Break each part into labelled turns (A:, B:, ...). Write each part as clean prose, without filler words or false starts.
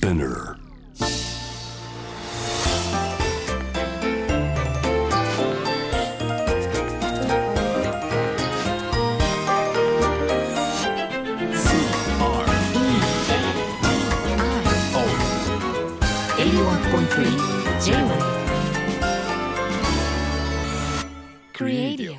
A: Spinner.
B: J-Wave Creadio。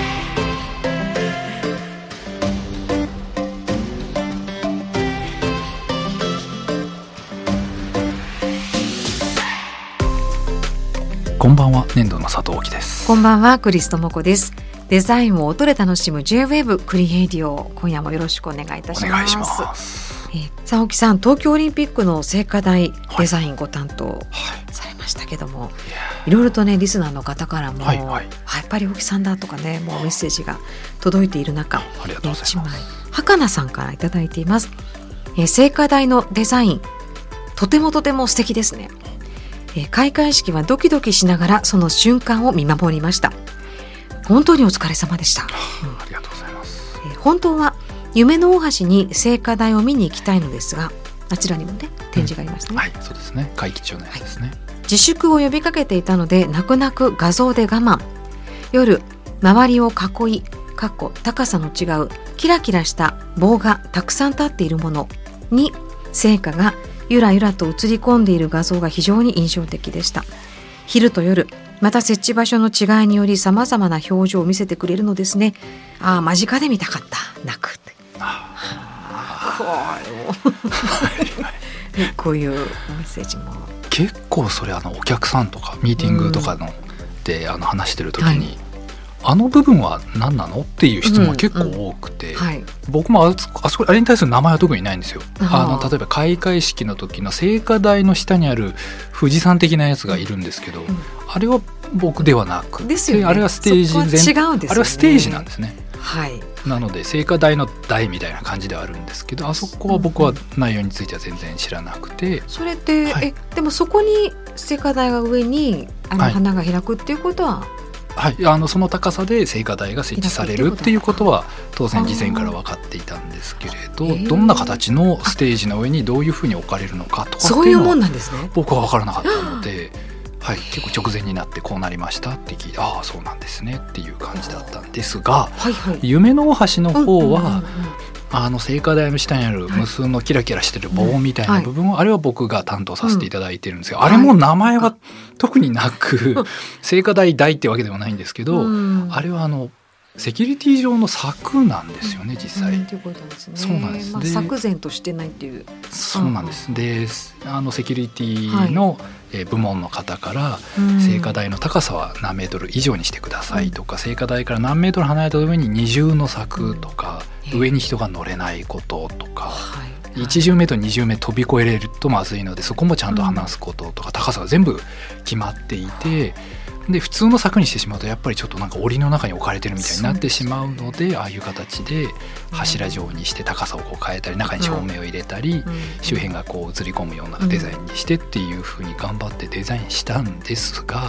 C: こんばんは、粘土の佐藤貴です。
B: こんばんは、クリストモコです。デザインを音で楽しむ J-Wave クリエイディオ、今夜もよろしくお願いいたします。
C: お願いします。
B: 青木さん、東京オリンピックの聖火台デザインご担当されましたけども、いろいろとねリスナーの方からも、やっぱり青木さんだとかね、もうメッセージが届いている中、1枚儚さんからいただいています。聖火台のデザインとても素敵ですね。開会式はドキドキしながらその瞬間を見守りました。本当にお疲れ様でした。
C: ありがとうございます。
B: 本当は夢の大橋に聖火台を見に行きたいのですが、あちらにもね展示がありましたね。
C: そうですね、会期中のやつですね。
B: 自粛を呼びかけていたので泣く泣く画像で我慢。夜周りを囲い高さの違うキラキラした棒がたくさん立っているものに聖火がゆらゆらと映り込んでいる画像が非常に印象的でした。昼と夜、また設置場所の違いにより様々な表情を見せてくれるのですね。間近で見たかった、泣くって。こういうメッセージも
C: 結構それお客さんとかミーティングとかので話してる時に、あの部分は何なのっていう質問が結構多くて、僕もあれに対する名前は特にないんですよ。例えば開会式の時の聖火台の下にある富士山的なやつがいるんですけど、あれは僕ではなくて、あれはステージあれはステージなんですね。なので聖火台の台みたいな感じではあるんですけど、あそこは僕は内容については全然知らなくて、
B: それって、でもそこに聖火台が上に花が開くっていうことは、
C: その高さで聖火台が設置されるっていうことは当然事前から分かっていたんですけれど、どんな形のステージの上にどういうふうに置かれるのかとかっていうのは僕は分からなかったので、結構直前になってこうなりましたって聞いて、そうなんですねっていう感じだったんですが、夢の大橋の方は聖火台の下にある無数のキラキラしてる棒みたいな部分を、あれは僕が担当させていただいてるんですが、あれも名前は特になく聖火台ってわけではないんですけど、あれはセキュリティ上の柵なんですよね、実際。そうなんです。
B: 柵然としてないっていう。
C: そうなんです。で、セキュリティの部門の方から聖火台の高さは何メートル以上にしてくださいとか、聖火台から何メートル離れた上に二重の柵とか、上に人が乗れないこととか、10メートル20メートル飛び越えれるとまずいので、そこもちゃんと話すこととか、高さが全部決まっていて、で普通の柵にしてしまうとやっぱりちょっとなんか檻の中に置かれてるみたいになってしまうので、ああいう形で柱状にして高さを変えたり、中に照明を入れたり、周辺が映り込むようなデザインにしてっていう風に頑張ってデザインしたんですが、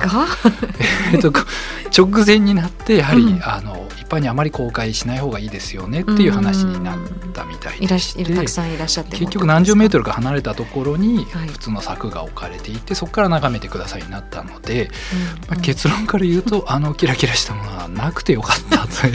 C: 直前になってやはり一般にあまり公開しない方がいいですよねっていう話になったみたいでして、
B: たくさんいらっしゃって
C: 結局何十メートルか離れたところに普通の柵が置かれていて、そこから眺めてくださいになったので、結論から言うとキラキラしたものはなくてよかったと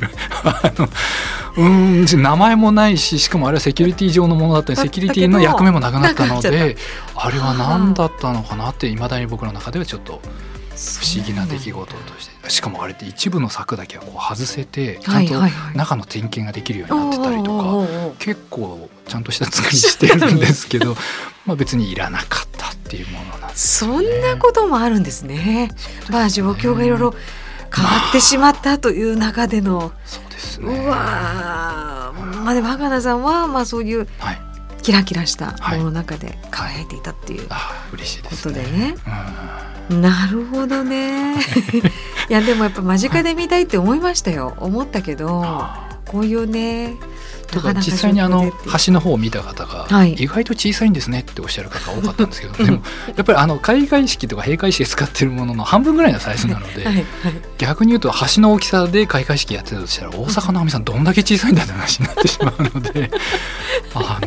C: いう名前もないし、しかもあれはセキュリティ上のものだったり、セキュリティの役目もなくなったので、あれは何だったのかなって未だに僕の中ではちょっと不思議な出来事として、しかもあれって一部の柵だけは外せてちゃんと中の点検ができるようになってたりとか、結構ちゃんとした作りしてるんですけど別にいらなかったっていうものなんですね。
B: そんなこともあるんですね。状況がいろいろ変わってしまったという中での、
C: そうですね。
B: でも儚さんはそういうキラキラしたものの中で輝いていたっていうことでね。なるほどね。いやでもやっぱ間近で見たいって思いましたよ。思ったけど、こういうね、
C: とか実際に橋の方を見た方が、意外と小さいんですねっておっしゃる方が多かったんですけど、でもやっぱり開会式とか閉会式で使ってるものの半分ぐらいのサイズなので、逆に言うと橋の大きさで開会式やってたとしたら、大坂なおみさんどんだけ小さいんだって話になってしまうので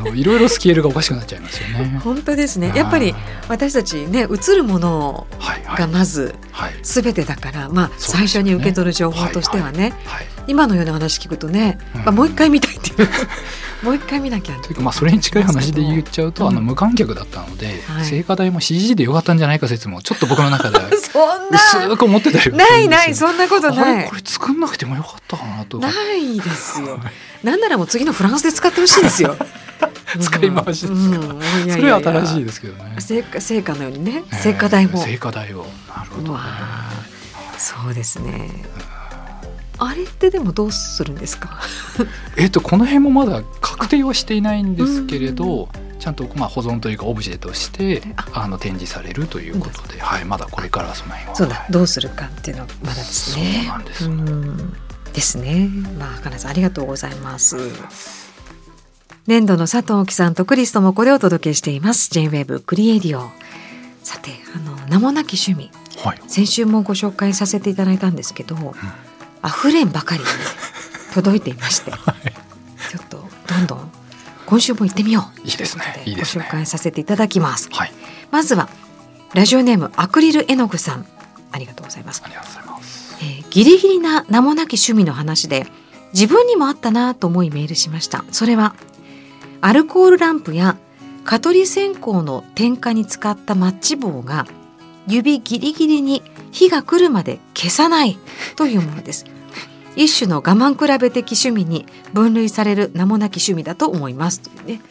C: いろいろスケールがおかしくなっちゃいますよね。
B: 本当ですね。やっぱり私たちね、映るものがまず全てだから、最初に受け取る情報としてはね、今のような話聞くとね、もう一回見たいっていうもう一回見なきゃというか、
C: それに近い話で言っちゃうと、無観客だったので、聖火台も CG でよかったんじゃないか説もちょっと僕の中で薄く思ってたり
B: ないそんなことない。こ
C: れ作んなくてもよかったかなと。
B: ないですよ。なんならもう次のフランスで使ってほしいですよ。
C: 使い回しですか。それは新しいですけどね。
B: 聖火のようにね、聖火台も。
C: 聖火台を。なるほどね。
B: そうですね。あれってでもどうするんですか。
C: この辺もまだ確定はしていないんですけれど、ちゃんと保存というかオブジェとして展示されるということで、まだこれからその辺は。
B: そうだ、どうするかっていうのはまだですね。
C: そうなんです。
B: ですね。金さんありがとうございます。年度の佐藤貴さんとクリスともこでお届けしています J-WAVE クリエディオ。さて、名もなき趣味、先週もご紹介させていただいたんですけど、溢れんばかりに届いていまして、ちょっとどんどん今週も行ってみよう。
C: いいですね。
B: ご紹介させていただきます。まずはラジオネームアクリル絵の具さん、ありがとうございます。
C: ありがとうございます。
B: ギリギリな名もなき趣味の話で自分にもあったなと思いメールしました。それはアルコールランプや蚊取り線香の点火に使ったマッチ棒が指ギリギリに火が来るまで消さないというものです。一種の我慢比べ的趣味に分類される名もなき趣味だと思いますというね。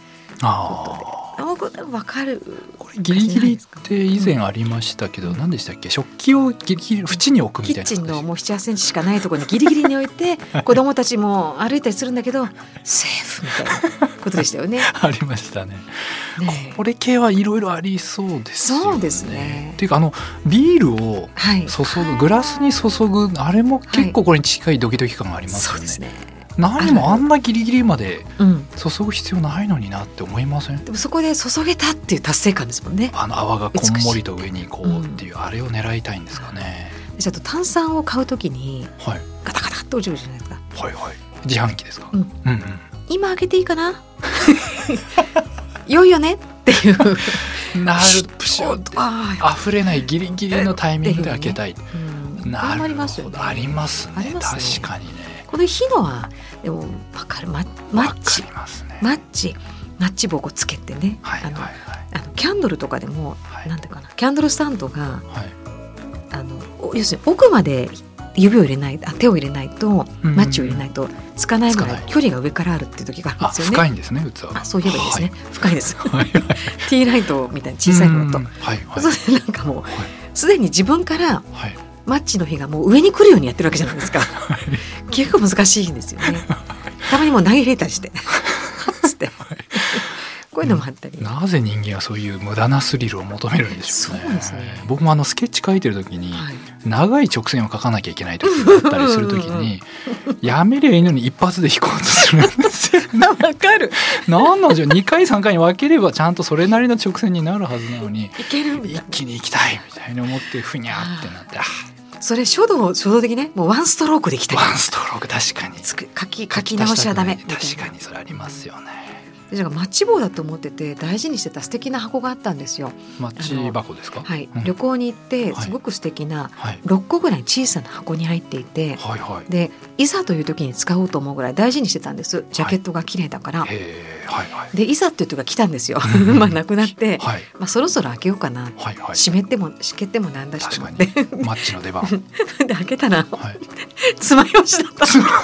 B: わかる。
C: これギリギリって以前ありましたけど、何でしたっけ。食器をギリギリ縁に置くみたいな。
B: キッチンのもう 7,8 センチしかないところにギリギリに置いて子供たちも歩いたりするんだけどセーフみたいなことでしたよね。
C: ありましたね。これ系はいろいろありそうですよね。
B: そうですね。
C: っていうかビールを注ぐ、グラスに注ぐあれも結構これに近いドキドキ感がありますよね。
B: そうですね。
C: 何もあんなギリギリまで注ぐ必要ないのになって思いません？
B: でもそこで注げたっていう達成感ですもんね。
C: 泡がこんもりと上にこうっていう、あれを狙いたいんですかね。
B: ちょっと炭酸を買うときにガタガタっと落ちるじゃないですか。
C: 自販機ですか。
B: 今開けていいかな良いよねっていう
C: なるプシュッ溢れないギリギリのタイミングで開けたい。なるほど。ありますね。確かにね。
B: この火のはでも分かる。マッチ棒をつけてね、キャンドルとかでも、なんていうかな、キャンドルスタンドが、要するに奥まで指を入れない、手を入れないと、マッチを入れないとつかないぐらい距離が上からあるっていう時があるんですよね。
C: 深いんですね、器が。
B: そう言えばいいですね。深いです。ティーライトみたいに小さいのと、それでなんかもうすでに自分からマッチの火がもう上に来るようにやってるわけじゃないですか。結構難しいんですよね。たまにもう投げ入れたりしてつってこういうのもあったり。
C: なぜ人間はそういう無駄なスリルを求めるんでしょうね。
B: そうですね。
C: 僕もスケッチ描いてる時に、長い直線を描かなきゃいけない時があったりする時にやめりゃいいのに一発で引こうとするんですよ。
B: わかる。
C: なんなんじゃ2回3回に分ければちゃんとそれなりの直線になるはずなのに、
B: いけるみたいな、
C: 一気に行きたいみたいに思ってふにゃってなって、
B: それ書道的ね、もうワンストロークでいきたい。
C: ワンストローク、確かに
B: 書き直しはダメ。
C: 確かにそれありますよね。
B: マッチ棒だと思ってて大事にしてた素敵な箱があったんですよ。
C: マッチ箱ですか。
B: 旅行に行ってすごく素敵な6個ぐらい小さな箱に入っていて、でいざという時に使おうと思うぐらい大事にしてたんです。ジャケットが綺麗だから。でいざっていう時が来たんですよ。なくなって、そろそろ開けようかな、湿ってもなんだしと思って
C: マッチの出番
B: で開けたら爪楊枝だった。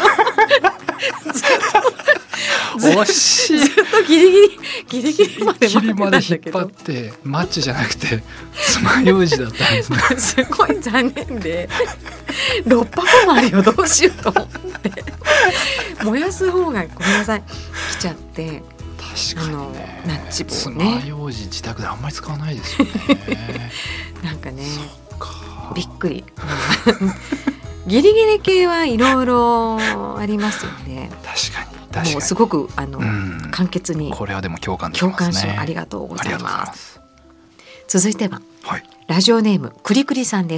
C: 惜しい。
B: ずっとギリギリまで
C: 引っ張ってマッチじゃなくて爪楊枝だったんですね。
B: すごい残念で6箱もあるよ、どうしようと思って燃やす方がごめんなさい来ちゃって。
C: 確かにね、
B: ナッチ棒ね、
C: 爪楊枝自宅であんまり使わないですよね。
B: なんかね、びっくりギリギリ系はいろいろありますよね。
C: 確かに
B: もうすごく簡潔に、
C: これはでも共感できますね。
B: 共感し、ありがとうございます。続いては、ラジオネームくりくりさんです。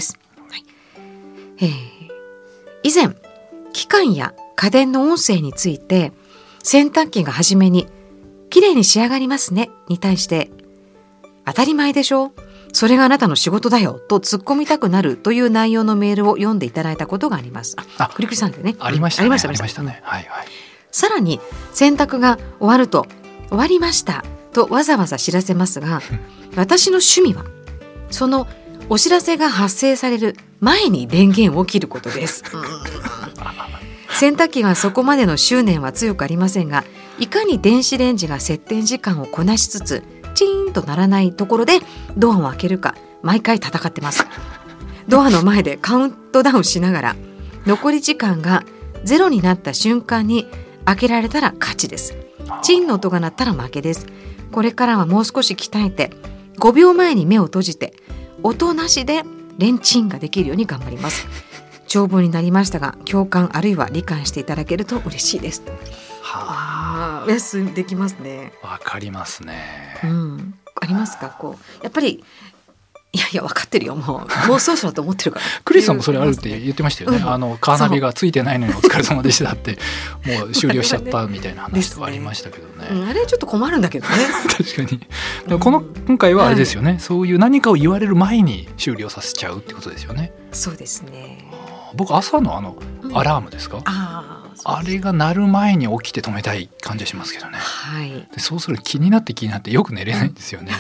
B: 以前機械や家電の音声について洗濯機が初めに綺麗に仕上がりますねに対して、当たり前でしょ、それがあなたの仕事だよと突っ込みたくなるという内容のメールを読んでいただいたことがあります。クリクリさんでね、
C: ありましたね、ありましたね、はいはい。
B: さらに洗濯が終わると、終わりましたとわざわざ知らせますが私の趣味はそのお知らせが発生される前に電源を切ることです洗濯機はそこまでの執念は強くありませんが、いかに電子レンジが設定時間をこなしつつチーンとならないところでドアを開けるか毎回戦ってます。ドアの前でカウントダウンしながら残り時間がゼロになった瞬間に開けられたら勝ちです。チンの音が鳴ったら負けです。これからはもう少し鍛えて5秒前に目を閉じて音なしでレンチンができるように頑張ります。長文になりましたが共感あるいは理解していただけると嬉しいです。はあ、できますね。
C: わかりますね、
B: ありますか、こうやっぱりいや分かってるよ、もうそろそろと思ってるから
C: クリスさんもそれあるって言ってましたよね、カーナビがついてないのにお疲れ様でしたってもう終了しちゃったみたいな話とかありましたけどね
B: あれちょっと困るんだけどね
C: 確かに。でも今回はあれですよね、そういう何かを言われる前に終了させちゃうってことですよね。
B: そうですね。
C: 僕朝のアラームですか、あれが鳴る前に起きて止めたい感じはしますけどね、はい、でそうすると気になってよく寝れないんですよね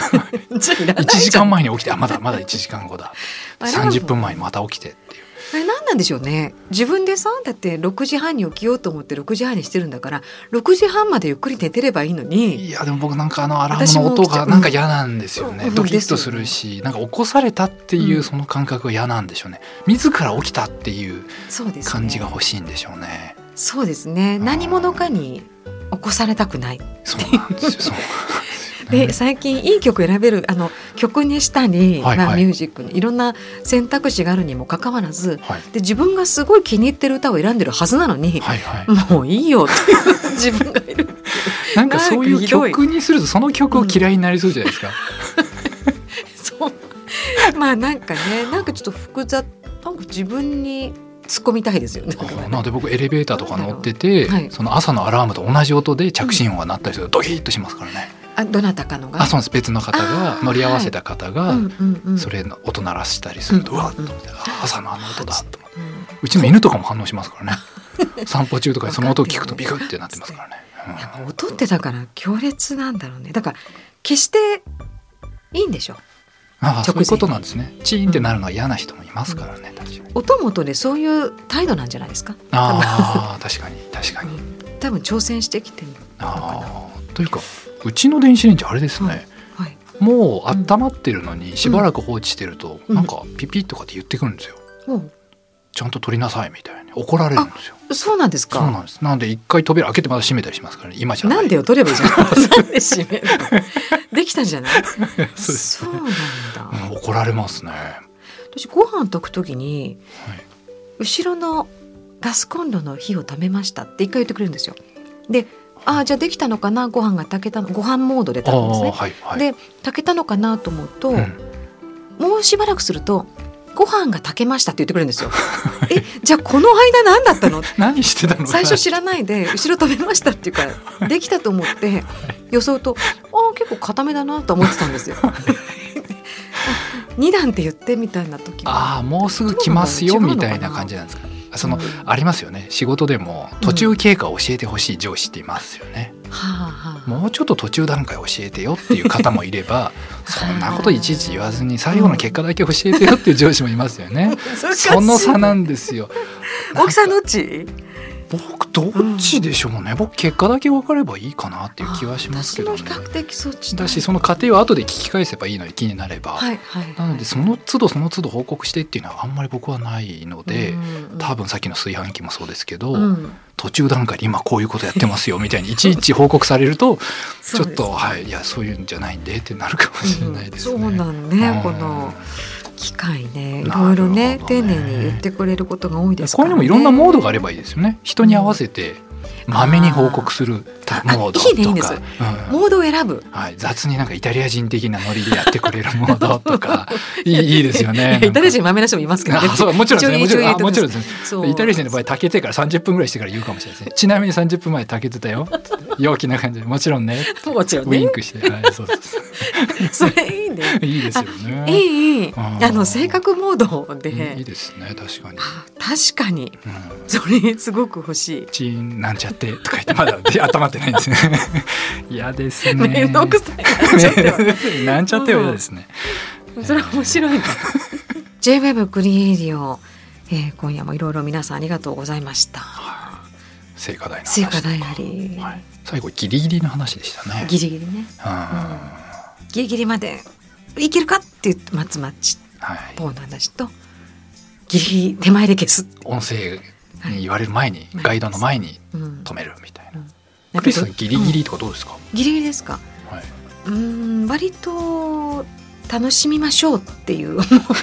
C: 1時間前に起きてまだ1時間後だ30分前にまた起きてっていう、
B: あれ何なんでしょうね。自分でさ、だって6時半に起きようと思って6時半にしてるんだから6時半までゆっくり寝てればいいのに。
C: いやでも僕なんかアラームの音がなんか嫌なんですよね、ドキッとするし、なんか起こされたっていうその感覚が嫌なんでしょうね、自ら起きたっていう感じが欲しいんでしょうね。
B: そうですね、何者かに起こされたくない。
C: そうなんですよ
B: で最近いい曲選べる曲にしたり、ミュージックにいろんな選択肢があるにもかかわらず、で自分がすごい気に入ってる歌を選んでるはずなのに、もういいよっていう自分がいる
C: なんかそういう曲にするとその曲を嫌いになりそうじゃないですか、
B: そうなんかね、なんかちょっと複雑、なんか自分に突っ込みたいですよね。
C: なので僕エレベーターとか乗ってて、その朝のアラームと同じ音で着信音が鳴ったりするとドキッとしますからね。
B: どなたかのが
C: そうです、別の方が乗り合わせた方がそれの音鳴らしたりすると、うわっと思って朝の音だと思って、うちの犬とかも反応しますからね散歩中とかにその音を聞くとビクってなってますからね、
B: やっぱ音ってだから強烈なんだろうね。だから決していいんでしょ。
C: そういうことなんですね。チーンってなるのは嫌な人もいますからね、確かに
B: 音も音でそういう態度なんじゃないですか。
C: 確かに
B: 多分挑戦してきてるのかな。
C: というかうちの電子レンジあれですね、もう温まってるのにしばらく放置してると、なんかピピッとかって言ってくるんですよ、ちゃんと取りなさいみたいに怒られるんですよ。
B: そうなんですか。
C: そうなんです。なので一回扉開けてまた閉めたりしますからね。今じゃない。
B: なんでよ、取ればいいじゃんなんで閉めるのできたんじゃないそうなんだ、
C: 怒られますね。
B: 私ご飯炊くときに、後ろのガスコンロの火を止めましたって一回言ってくれるんですよ。でじゃあできたのかな、ご飯が炊けたの、ご飯モードで炊くんですね、で炊けたのかなと思うと、もうしばらくするとご飯が炊けましたって言ってくれるんですよじゃあこの間何だったの
C: 何してたの。
B: 最初知らないで後ろ止めましたっていうからできたと思って予想と結構固めだなと思ってたんですよ2段って言ってみたいな時は
C: もうすぐ来ますよみたいな感じなんですか。ありますよね、仕事でも途中経過を教えてほしい上司っていますよね、もうちょっと途中段階教えてよっていう方もいればそんなこといちいち言わずに最後の結果だけ教えてよっていう上司もいますよねその差なんですよ。
B: 大木さんどっち？
C: 僕どっちでしょうね、僕結果だけ分かればいいかなっていう気はしますけどね。
B: 私も比較的そっち
C: だし、その過程を後で聞き返せばいいのに気になれば、なのでその都度報告してっていうのはあんまり僕はないので、多分さっきの炊飯器もそうですけど、途中段階で今こういうことやってますよみたいにいちいち報告されるとちょっといやそういうんじゃないんでってなるかもしれないですね。
B: そうなんね、この機械ね、いろいろね丁寧に言ってくれることが多いですからね。
C: こういうのもいろんなモードがあればいいですよね。人に合わせてまめに報告するモードとか、
B: いいです、モードを選ぶ、
C: 雑になんかイタリア人的なノリでやってくれるモードとかいいですよね
B: イタリア人まめな人もいますけどね
C: そうもちろんですね、もちろんですね。イタリア人の場合炊けてから30分ぐらいしてから言うかもしれないですね。ちなみに30分前炊けてたよ陽気な感じでもちろんね
B: もちろんね
C: ウインクして、はい、そう
B: それいいね
C: いいですよね。
B: いい性格モードで
C: いいですね。確かに
B: 確かに、それすごく欲しい。
C: チーンなんちゃってとか言ってまだ温まってないんですね嫌ですね。
B: めんどくさい
C: なんちゃっては嫌ですね。
B: それは面白いんだJ-WEB クリエイディオ、今夜もいろいろ皆さんありがとうございました。
C: 聖火台の話
B: 聖火台あり、
C: 最後ギリギリの話でしたね。
B: ギリギリね、ギリギリまでいけるかっていう松町ポーの話と、ギリギリ手前で消す
C: 音声に言われる前に、ガイドの前に止めるみたいな。クリスさんギリギリとかどうですか？
B: ギリギリですか？割と楽しみましょうっていう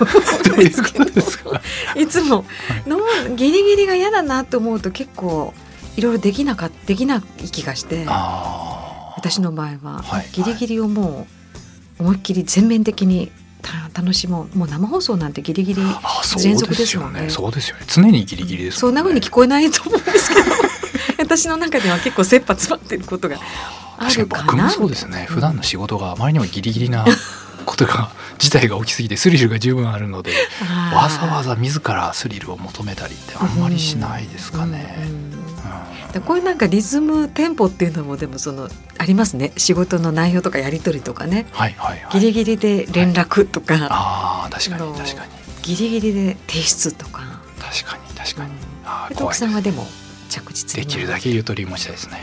B: いつものギリギリが嫌だなと思うと結構いろいろできない気がして、私の場合は、ギリギリをもう思いっきり全面的に楽しもう。もう生放送なんてギリギリ連続ですもんね。
C: そうですよね。常にギリギリです、ね、
B: そんな風に聞こえないと思うんですけど私の中では結構切羽詰まってることがあるかな。
C: 僕もそうですね。普段の仕事があまりにもギリギリなことが自体が起きすぎてスリルが十分あるので、わざわざ自らスリルを求めたりってあんまりしないですかね。
B: こういうなんかリズムテンポっていうのもでもありますね。仕事の内容とかやり取りとかね、ギリギリで連絡とか、
C: 確かに確かに
B: ギリギリで提出とか、
C: 確かに確かに、
B: 徳さんはでも着実に
C: できるだけゆとり持ちたいですね。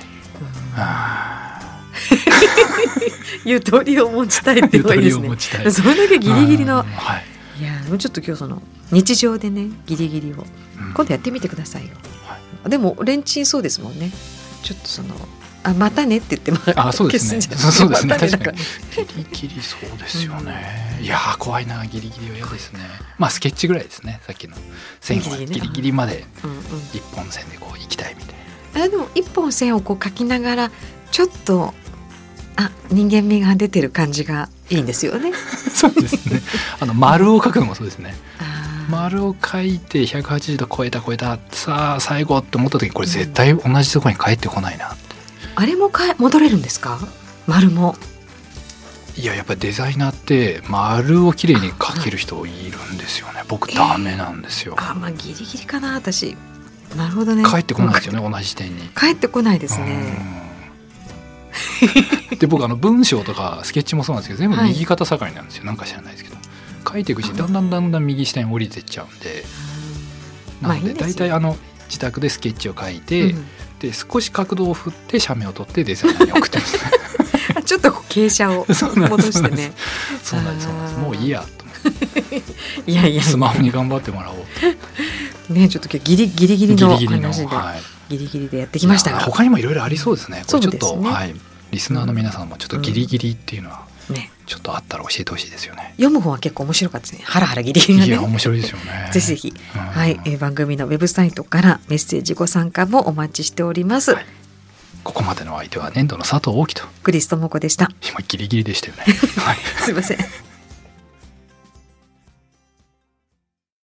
B: ゆとりを持ちたいっていうのがいいですね。それだけギリギリの、いやちょっと今日日常でねギリギリを、今度やってみてくださいよ。でもレンチンそうですもんね。ちょっとまたねって言って
C: そうですね。そうですね。確かにギリギリそうですよね。いや怖いな、ギリギリは嫌ですね。スケッチぐらいですね。さっきの線はギリギリまで一本線でこう行きたいみたいな。
B: でも一本線をこう描きながらちょっと人間味が出てる感じがいいんですよね。
C: そうですね。丸を描くのもそうですね。丸を描いて180度超えたさあ最後って思った時にこれ絶対同じところに帰ってこないなって、
B: あれも戻れるんですか？丸も。
C: やっぱりデザイナーって丸をきれいに描ける人いるんですよね。僕ダメなんですよ。
B: ギリギリかな私。なるほどね。
C: 帰ってこないですよね。同じ点に
B: 帰ってこないですね。
C: で僕文章とかスケッチもそうなんですけど全部右肩下がりなんですよ。なんか知らないですけど書いていくしだんだん右下に降りてっちゃうんで、なので大体自宅でスケッチを書いて、で少し角度を振って写メを撮ってデザイナーに送ってますね
B: ちょっと傾斜を戻してね。
C: そうなんですもういいやと思って
B: いや
C: スマホに頑張ってもらおうと
B: ね。ちょっとギリギリの話でギリギリでやってきましたが、
C: 他にもいろいろありそうですね。これちょっとリスナーの皆さんもちょっとギリギリっていうのはちょっとあったら教えてほしいですよね。
B: 読む方は結構面白かったですね。ハラハラギリギリがね。
C: いや面白いですよね。
B: ぜひぜひ、番組のウェブサイトからメッセージご参加もお待ちしております。
C: ここまでの相手は年度の佐藤大樹と
B: クリス智子でした。
C: 今ギリギリでしたよね。
B: すいません。